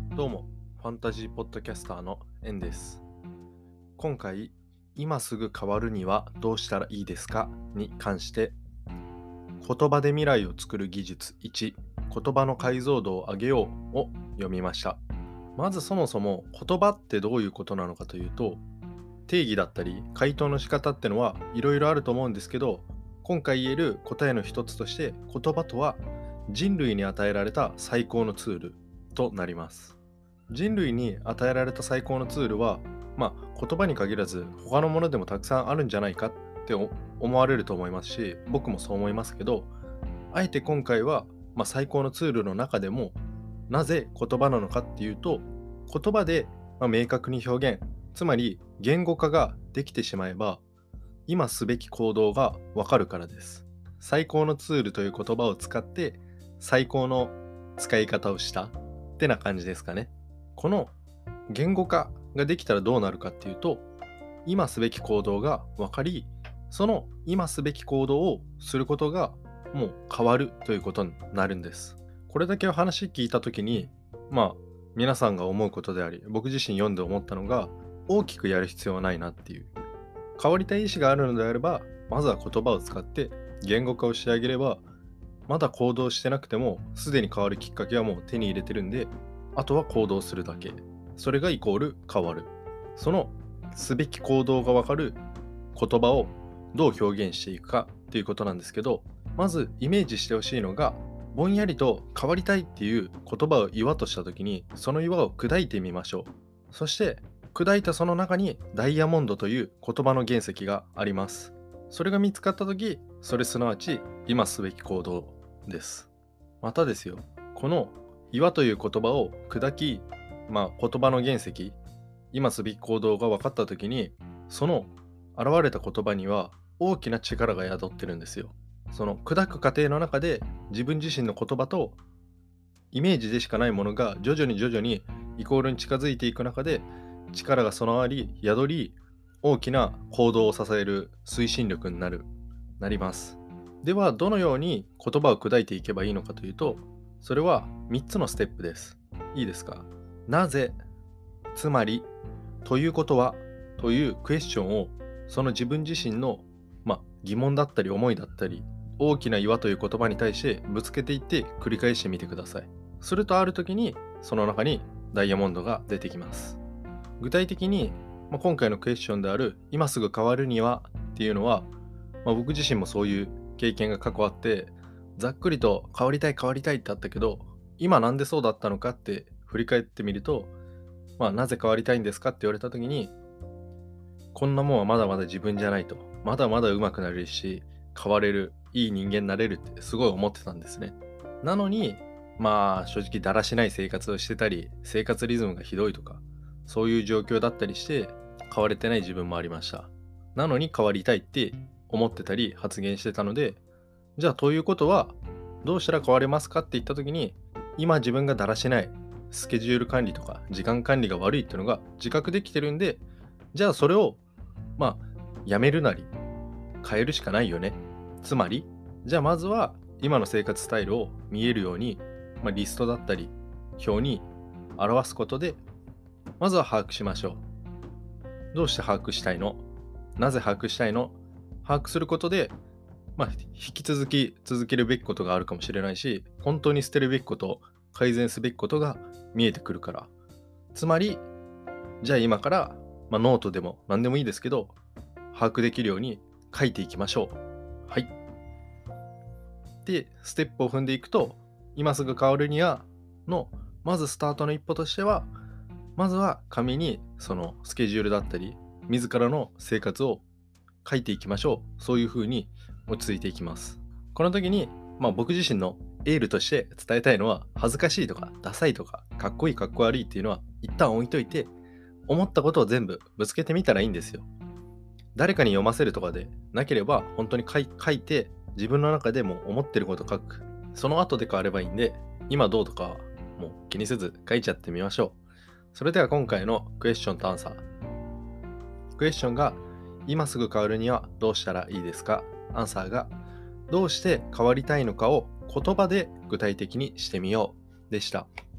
どうも、ファンタジーポッドキャスターのエンです。今回、今すぐ変わるにはどうしたらいいですかに関して、言葉で未来を作る技術1、言葉の解像度を上げようを読みました。まずそもそも言葉ってどういうことなのかというと、定義だったり回答の仕方ってのはいろいろあると思うんですけど、今回言える答えの一つとして言葉とは人類に与えられた最高のツールとなります。人類に与えられた最高のツールは、言葉に限らず他のものでもたくさんあるんじゃないかって思われると思いますし、僕もそう思いますけど、あえて今回は、最高のツールの中でもなぜ言葉なのかっていうと、言葉で、明確に表現、つまり言語化ができてしまえば今すべき行動がわかるからです。最高のツールという言葉を使って最高の使い方をしたってな感じですかね。この言語化ができたらどうなるかっていうと、今すべき行動が分かり、その今すべき行動をすることがもう変わるということになるんです。これだけ話聞いたときに、皆さんが思うことであり、僕自身読んで思ったのが、大きくやる必要はないなっていう。変わりたい意思があるのであれば、まずは言葉を使って言語化をしてあげれば、まだ行動してなくても、すでに変わるきっかけはもう手に入れてるんで、あとは行動するだけ。それがイコール変わる。そのすべき行動がわかる言葉をどう表現していくかっていうことなんですけど、まずイメージしてほしいのが、ぼんやりと変わりたいっていう言葉を岩としたときに、その岩を砕いてみましょう。そして、砕いたその中にダイヤモンドという言葉の原石があります。それが見つかったとき、それすなわち今すべき行動です。またですよ、この岩という言葉を砕き、言葉の原石、今すべき行動が分かったときに、その現れた言葉には大きな力が宿ってるんですよ。その砕く過程の中で自分自身の言葉とイメージでしかないものが徐々にイコールに近づいていく中で力が備わり宿り大きな行動を支える推進力になります。ではどのように言葉を砕いていけばいいのかというと、それは3つのステップです。いいですか？なぜ、つまり、ということはというクエスチョンをその自分自身の、疑問だったり思いだったり大きな岩という言葉に対してぶつけていって繰り返してみてください。するとある時にその中にダイヤモンドが出てきます。具体的に、今回のクエスチョンである今すぐ変わるにはっていうのは、僕自身もそういう経験が過去あってざっくりと変わりたいってあったけど今なんでそうだったのかって振り返ってみると、なぜ変わりたいんですかって言われた時にこんなもんはまだまだ自分じゃないと。まだまだ上手くなれるし、変われる、いい人間になれるってすごい思ってたんですね。なのに、正直だらしない生活をしてたり、生活リズムがひどいとか、そういう状況だったりして、変われてない自分もありました。なのに変わりたいって思ってたり発言してたので、じゃあということは、どうしたら変われますかって言った時に、今自分がだらしない、スケジュール管理とか時間管理が悪いっていうのが自覚できてるんで、じゃあそれを、やめるなり変えるしかないよね。つまり、じゃあまずは今の生活スタイルを見えるように、リストだったり表に表すことで、まずは把握しましょう。どうして把握したいの？なぜ把握したいの？把握することで、引き続き続けるべきことがあるかもしれないし、本当に捨てるべきこと、改善すべきことが見えてくるから。つまり、じゃあ今から、ノートでも何でもいいですけど、把握できるように書いていきましょう。はい。で、ステップを踏んでいくと、今すぐ変わるにはの、まずスタートの一歩としては、まずは紙にそのスケジュールだったり、自らの生活を書いていきましょう。そういうふうに落ち着いていきます。この時に、僕自身のエールとして伝えたいのは、恥ずかしいとか、ダサいとか、かっこいいかっこ悪いっていうのは、一旦置いといて、思ったことを全部ぶつけてみたらいいんですよ。誰かに読ませるとかでなければ、本当に書いて、自分の中でも思ってること書く。その後で変わればいいんで、今どうとかはもう気にせず書いちゃってみましょう。それでは今回のクエスチョンとアンサー。クエスチョンが、今すぐ変わるにはどうしたらいいですか？アンサーが、どうして変わりたいのかを言葉で具体的にしてみようでした。